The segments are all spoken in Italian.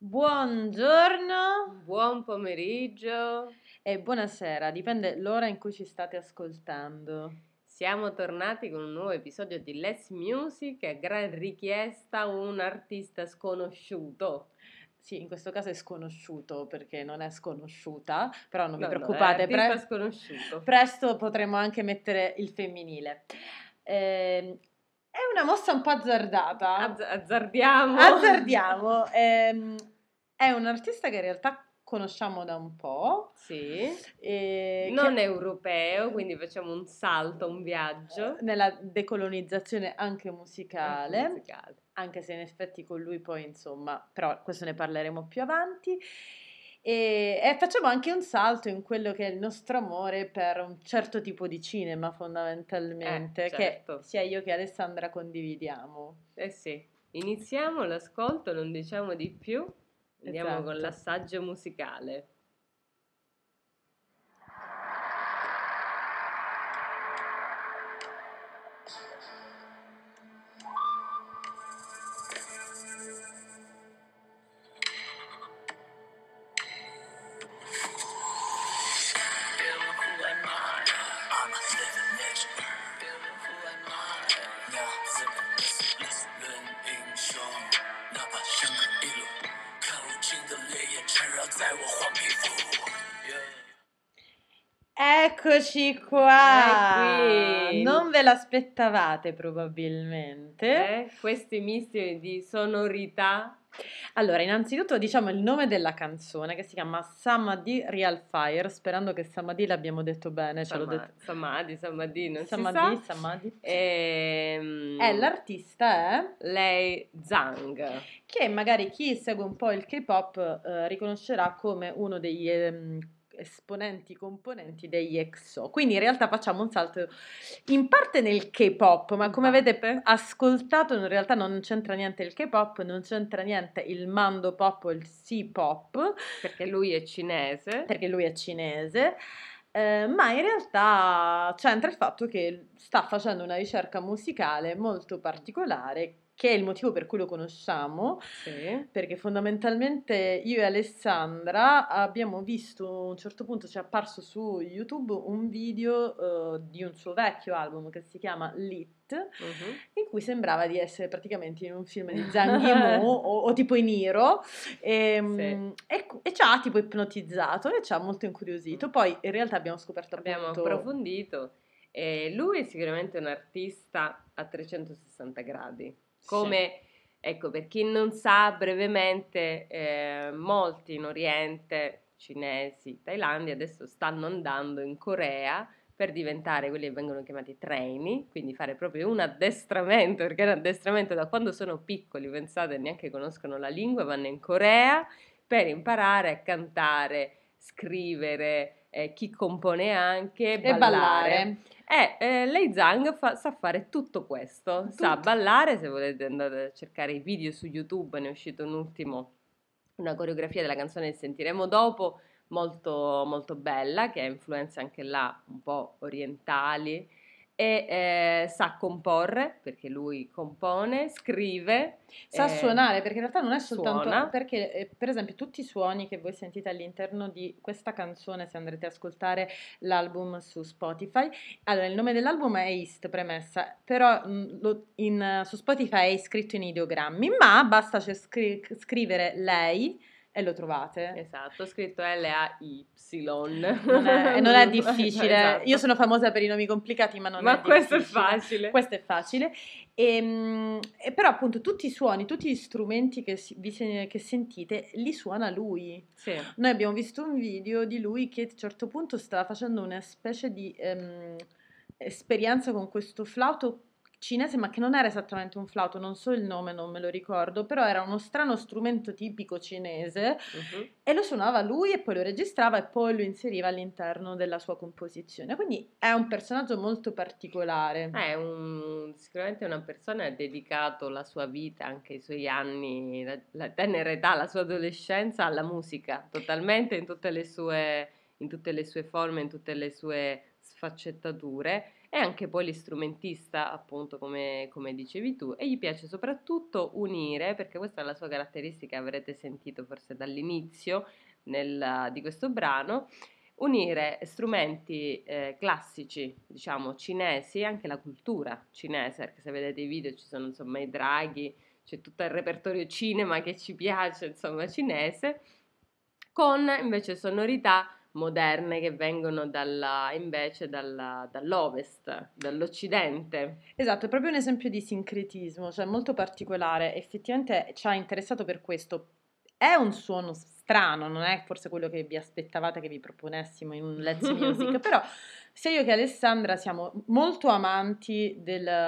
Buongiorno Buon pomeriggio, e buonasera, dipende l'ora in cui ci state ascoltando. siamo tornati con un nuovo episodio di Let's Music e a gran richiesta un artista sconosciuto. Sì, in questo caso è sconosciuto perché non è sconosciuta, però non vi No, è preoccupate, artista sconosciuto. presto potremo anche mettere il femminile. È una mossa un po' azzardata. Azzardiamo. Azzardiamo. È un artista che in realtà conosciamo da un po'. Sì, non Che europeo, quindi facciamo un salto, un viaggio. nella decolonizzazione anche Anche musicale, musicale. anche se in effetti con lui poi insomma, però questo ne parleremo più avanti. E facciamo anche un salto in quello che è il nostro amore per un certo tipo di cinema fondamentalmente, che Certo. sia io che Alessandra condividiamo. Eh sì, iniziamo l'ascolto, non diciamo di più, andiamo con Esatto. l'assaggio musicale. Eccoci qua! Qui. Non ve l'aspettavate probabilmente. Questi misti di sonorità. Allora, innanzitutto diciamo il nome della canzone che si chiama Samadhi Real Fire, sperando che Samadhi l'abbiamo detto bene, ce l'ho detto. Samadhi, non si Samadhi, sa. Samadhi. Ehm, L'artista è lei Zhang. che magari chi segue un po' il K-pop riconoscerà come uno degli esponenti, componenti degli EXO. Quindi in realtà facciamo un salto in parte nel K-pop, ma In come avete parte. ascoltato in realtà non c'entra niente il K-pop, non c'entra niente il mando pop o il C-pop, Perché lui è cinese. perché lui è cinese. Ma in realtà c'entra il fatto che sta facendo una ricerca musicale molto particolare, che è il motivo per cui lo conosciamo, Sì. perché fondamentalmente io e Alessandra abbiamo visto a un certo punto, ci è apparso su YouTube un video di un suo vecchio album che si chiama Lit, Mhm. in cui sembrava di essere praticamente in un film di Zhang Yimou o tipo in Hiro Sì. e ci ha tipo ipnotizzato e ci ha molto incuriosito. Poi in realtà abbiamo scoperto Abbiamo appunto approfondito e lui è sicuramente un artista a 360 gradi. sì. Come, ecco, per chi non sa brevemente, molti in Oriente, cinesi, Thailandia, adesso stanno andando in Corea per diventare quelli che vengono chiamati trainee, quindi fare proprio un addestramento, perché è un addestramento da quando sono piccoli, pensate, neanche conoscono la lingua, vanno in Corea per imparare a cantare, scrivere, chi compone anche, E ballare. ballare. Lei Zhang sa fare tutto questo, sa Tutto. ballare, se volete andare a cercare i video su YouTube, ne è uscito un ultimo, una coreografia della canzone che sentiremo dopo, molto, molto bella, che ha influenze anche là un po' orientali, e sa comporre, perché lui compone, scrive, Sa suonare, perché in realtà non è soltanto suona. perché, per esempio, tutti i suoni che voi sentite all'interno di questa canzone, se andrete ad ascoltare l'album su Spotify, allora il nome dell'album è East, premessa, però su Spotify è scritto in ideogrammi, ma basta scrivere lei e lo trovate. Esatto, ho scritto L-A-Y. Non è difficile. Io Esatto. sono famosa per i nomi complicati, ma non è Ma questo è difficile. facile. Questo è facile. E però appunto tutti i suoni, tutti gli strumenti che sentite, li suona lui. Sì. Noi abbiamo visto un video di lui che a un certo punto stava facendo una specie di esperienza con questo flauto cinese, ma che non era esattamente un flauto, non so il nome, non me lo ricordo, però era uno strano strumento tipico cinese Mhm. e lo suonava lui e poi lo registrava e poi lo inseriva all'interno della sua composizione. Quindi è un personaggio molto particolare. Sicuramente una persona che ha dedicato la sua vita, anche i suoi anni, la tenera età, la sua adolescenza alla musica, totalmente in tutte le sue forme, in tutte le sue sfaccettature. è anche polistrumentista, appunto, come dicevi tu, e gli piace soprattutto unire, perché questa è la sua caratteristica, avrete sentito forse dall'inizio di questo brano, unire strumenti classici, diciamo cinesi, anche la cultura cinese, perché se vedete i video ci sono insomma i draghi, c'è tutto il repertorio cinema che ci piace, insomma cinese, con invece sonorità moderne che vengono dall'ovest, dall'occidente. Esatto, è proprio un esempio di sincretismo, cioè molto particolare. Effettivamente ci ha interessato per questo. È un suono strano, non è forse quello che vi aspettavate che vi proponessimo in un Let's Music, però sia io che Alessandra siamo molto amanti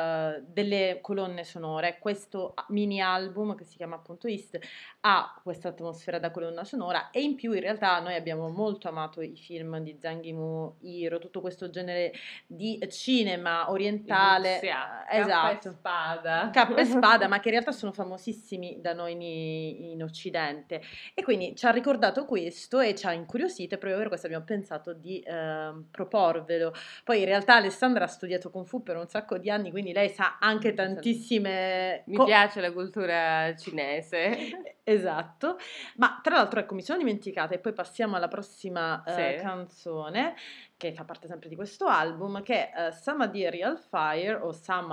delle colonne sonore. Questo mini album che si chiama appunto East ha questa atmosfera da colonna sonora e in più in realtà noi abbiamo molto amato i film di Zhang Yimou, Hiro, tutto questo genere di cinema I orientale, Wuxia, cappa e esatto, spada. cappa e spada, ma che in realtà sono famosissimi da noi in Occidente. E quindi ci ha ricordato questo e ci ha incuriosito e proprio per questo abbiamo pensato di proporvelo. Poi in realtà Alessandra ha studiato Kung Fu per un sacco di anni, quindi lei sa anche tantissime Mi piace la cultura cinese. Esatto, ma tra l'altro ecco mi sono dimenticata e poi passiamo alla prossima Sì. canzone che fa parte sempre di questo album che è Samadhi Real Fire o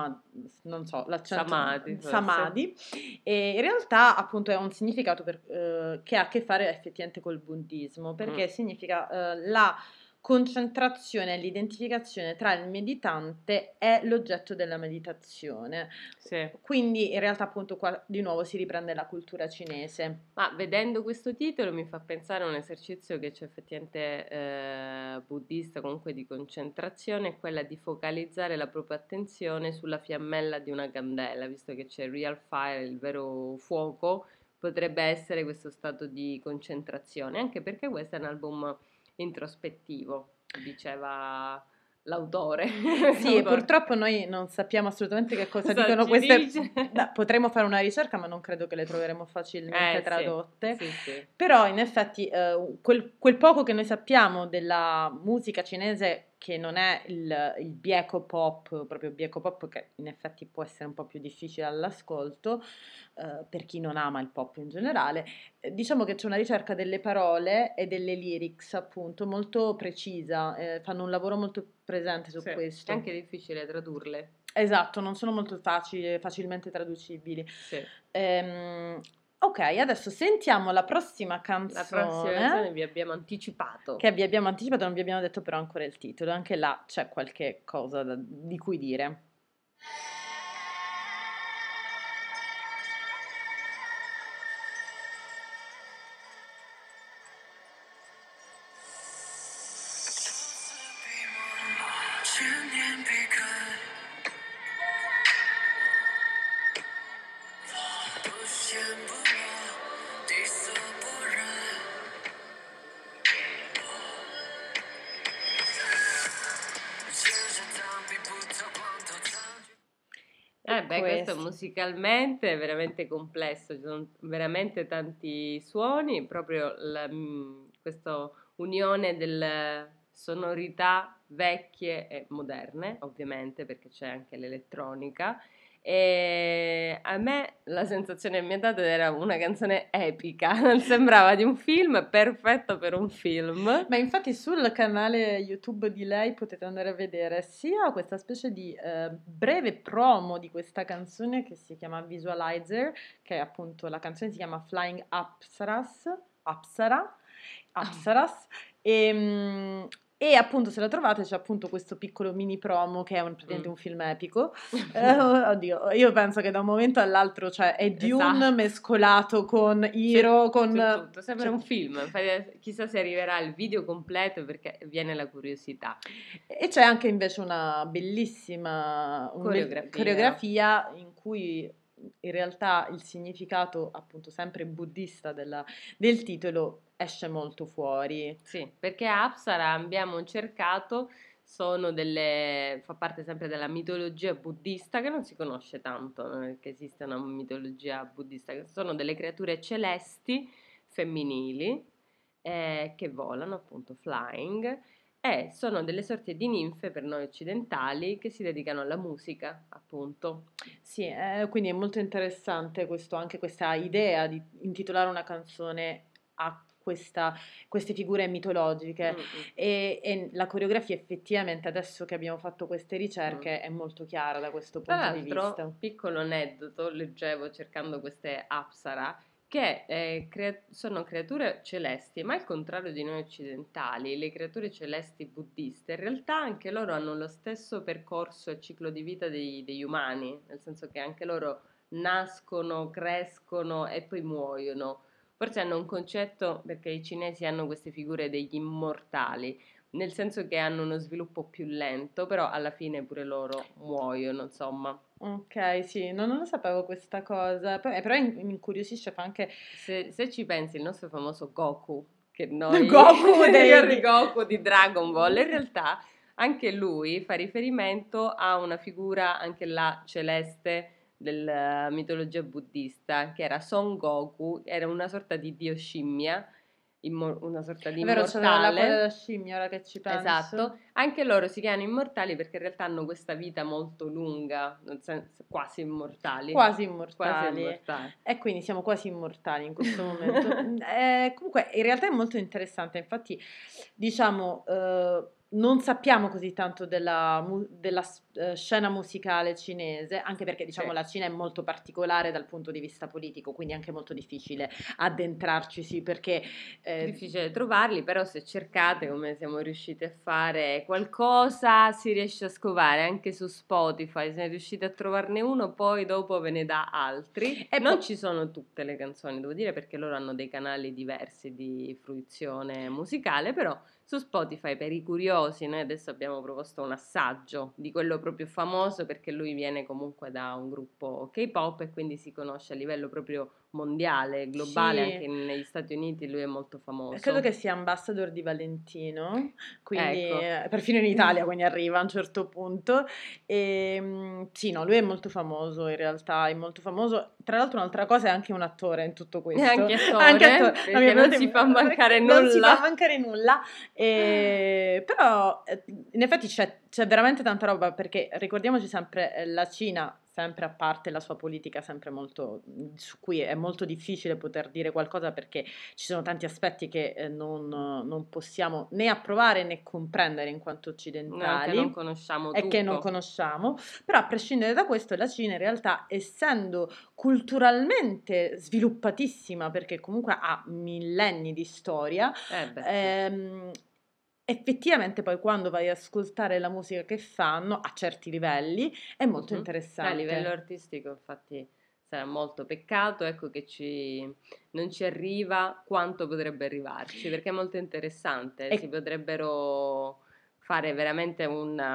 non so l'accento Samadhi, forse. Samadhi e in realtà appunto è un significato che ha a che fare effettivamente col buddismo Mm, perché significa la concentrazione e l'identificazione tra il meditante e l'oggetto della meditazione. sì. Quindi in realtà appunto qua di nuovo si riprende la cultura cinese. Ma vedendo questo titolo mi fa pensare a un esercizio che c'è effettivamente buddista, comunque di concentrazione, è quella di focalizzare la propria attenzione sulla fiammella di una candela, visto che c'è real fire, il vero fuoco, potrebbe essere questo stato di concentrazione, anche perché questo è un album introspettivo, diceva l'autore. Sì, e purtroppo noi non sappiamo assolutamente che cosa Cosa dicono ci queste. dice? Potremmo fare una ricerca, ma non credo che le troveremo facilmente Sì, tradotte. sì, sì. Però in effetti quel poco che noi sappiamo della musica cinese, che non è il bieco pop, proprio bieco pop, che in effetti può essere un po' più difficile all'ascolto, per chi non ama il pop in generale, diciamo che c'è una ricerca delle parole e delle lyrics, appunto, molto precisa, fanno un lavoro molto presente su Sì, è questo. anche difficile tradurle. Esatto, non sono molto facilmente traducibili. Sì. Ok, adesso sentiamo la prossima La prossima canzone canzone vi abbiamo anticipato. che vi abbiamo anticipato, non vi abbiamo detto però ancora il titolo, anche là c'è qualche cosa di cui dire. E Questo questo. musicalmente è veramente complesso, ci sono veramente tanti suoni, proprio questa unione delle sonorità vecchie e moderne, ovviamente, perché c'è anche l'elettronica. E a me la sensazione che mi ha dato era una canzone epica, sembrava di un film, perfetto per un film. Ma infatti sul canale YouTube di lei potete andare a vedere sia questa specie di breve promo di questa canzone che si chiama Visualizer, che è appunto la canzone si chiama Flying Apsaras, e appunto se la trovate c'è appunto questo piccolo mini promo che è praticamente Mm. un film epico. Oddio, io penso che da un momento all'altro, cioè, è Dune Esatto. mescolato con Hiro, C'è con. tutto, sembra C'è un film. Infatti, chissà se arriverà il video completo perché viene la curiosità. E c'è anche invece una bellissima Coreografia. coreografia in cui in realtà il significato, appunto, sempre buddista del titolo esce molto fuori. Sì, perché Apsara abbiamo cercato, fa parte sempre della mitologia buddista che non si conosce tanto, non è che esiste una mitologia buddista, che sono delle creature celesti femminili che volano, appunto flying, sono delle sorte di ninfe per noi occidentali che si dedicano alla musica, appunto. Sì, quindi è molto interessante anche questa idea di intitolare una canzone a queste figure mitologiche Mm-mm. e la coreografia effettivamente adesso che abbiamo fatto queste Mm. ricerche è molto chiara da questo Tra punto di l'altro, vista. piccolo aneddoto, leggevo cercando queste Apsara, che sono creature celesti, ma al contrario di noi occidentali, le creature celesti buddiste, in realtà anche loro hanno lo stesso percorso e ciclo di vita degli umani, nel senso che anche loro nascono, crescono e poi muoiono. Forse hanno un concetto, perché i cinesi hanno queste figure degli immortali, nel senso che hanno uno sviluppo più lento, però alla fine pure loro muoiono, insomma. Ok, sì, non lo sapevo questa cosa, però mi incuriosisce, fa anche Se ci pensi, il nostro famoso Goku, che noi, Goku il Goku di Dragon Ball, in realtà anche lui fa riferimento a una figura, anche là celeste, della mitologia buddista, che era Son Goku, era una sorta di dio scimmia, una sorta di È vero, c'aveva la coda immortale. da scimmia, ora che ci penso. Esatto, anche loro si chiamano immortali perché in realtà hanno questa vita molto lunga, nel senso quasi immortali, Quasi quasi immortali. immortali. E quindi siamo quasi immortali in questo momento. Comunque, in realtà è molto interessante. Infatti, diciamo, non sappiamo così tanto della scena musicale cinese, anche perché, Sì. diciamo, la Cina è molto particolare dal punto di vista politico, quindi è anche molto difficile addentrarci, perché Difficile trovarli, però se cercate, come siamo riusciti a fare, qualcosa si riesce a scovare anche su Spotify. Se riuscite a trovarne uno, poi dopo ve ne dà altri. e Non poi ci sono tutte le canzoni, devo dire, perché loro hanno dei canali diversi di fruizione musicale, però su Spotify per i curiosi noi adesso abbiamo proposto un assaggio di quello proprio famoso, perché lui viene comunque da un gruppo K-pop e quindi si conosce a livello proprio mondiale, globale, sì. anche negli Stati Uniti lui è molto Credo famoso. che sia ambassador di Valentino, quindi Ecco. perfino in Italia, quindi arriva a un certo punto. Sì, no, lui è molto famoso in realtà, è molto famoso. Tra l'altro un'altra cosa è anche un attore in tutto E questo. anche Anche attore, attore, no, mi è perché non venuto si fa mancare non si fa nulla. mancare nulla, però in effetti c'è veramente tanta roba perché ricordiamoci sempre la Cina, sempre a parte la sua politica, sempre molto, su cui è molto difficile poter dire qualcosa perché ci sono tanti aspetti che non possiamo né approvare né comprendere in quanto Noi anche non occidentali conosciamo e che non tutto. conosciamo, però a prescindere da questo la Cina in realtà essendo culturalmente sviluppatissima perché comunque ha millenni di storia, Beh, sì. ehm, effettivamente poi quando vai ad ascoltare la musica che fanno a certi livelli è molto Mhm. A livello interessante. artistico, infatti, sarà molto peccato, ecco, che non ci arriva quanto potrebbe arrivarci, perché è molto interessante. E Si potrebbero fare veramente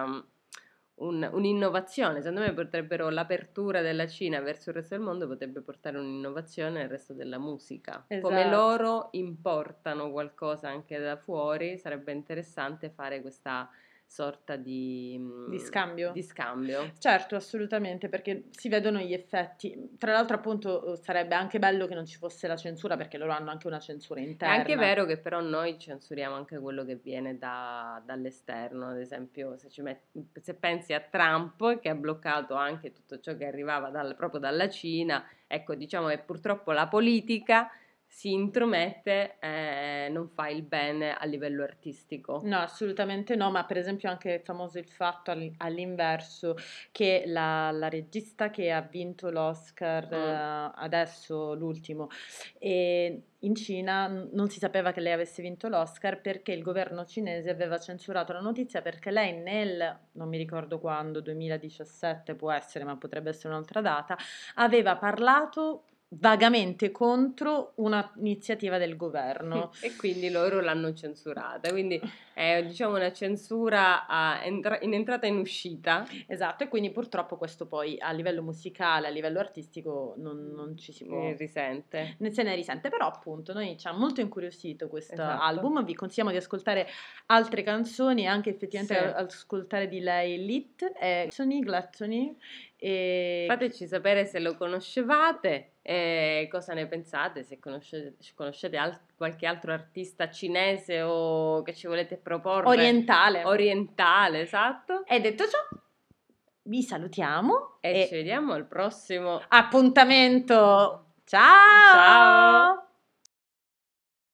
un'innovazione. Secondo me potrebbero l'apertura della Cina verso il resto del mondo potrebbe portare un'innovazione nel resto della musica. Come esatto. loro importano qualcosa anche da fuori, sarebbe interessante fare questa sorta Di scambio? di scambio. Certo, assolutamente, perché si vedono gli effetti. Tra l'altro, appunto, sarebbe anche bello che non ci fosse la censura, perché loro hanno anche una censura È anche interna. vero che però noi censuriamo anche quello che viene dall'esterno, ad esempio se pensi a Trump che ha bloccato anche tutto ciò che arrivava proprio dalla Cina, ecco diciamo che purtroppo la politica si intromette e non fa il bene a livello artistico. No, assolutamente no, ma per esempio anche è famoso il fatto all'inverso che la regista che ha vinto l'Oscar Mm. adesso, l'ultimo, e in Cina non si sapeva che lei avesse vinto l'Oscar perché il governo cinese aveva censurato la notizia perché lei non mi ricordo quando, 2017 può essere, ma potrebbe essere un'altra data, aveva parlato vagamente contro un'iniziativa del governo. E quindi loro l'hanno censurata, quindi è diciamo una censura in entrata e in uscita. Esatto, e quindi purtroppo questo poi a livello musicale, a livello artistico non ci si può, Risente, ne se ne risente, però appunto noi ci ha molto incuriosito questo esatto. album, vi consigliamo di ascoltare altre canzoni e anche effettivamente Sì. ascoltare di lei Lit e Gluttony, E Fateci sapere se lo conoscevate e cosa ne pensate, se conoscete qualche altro artista cinese o che ci volete proporre. Orientale, esatto. E detto ciò, vi salutiamo E ci vediamo al prossimo appuntamento. Ciao! Ciao!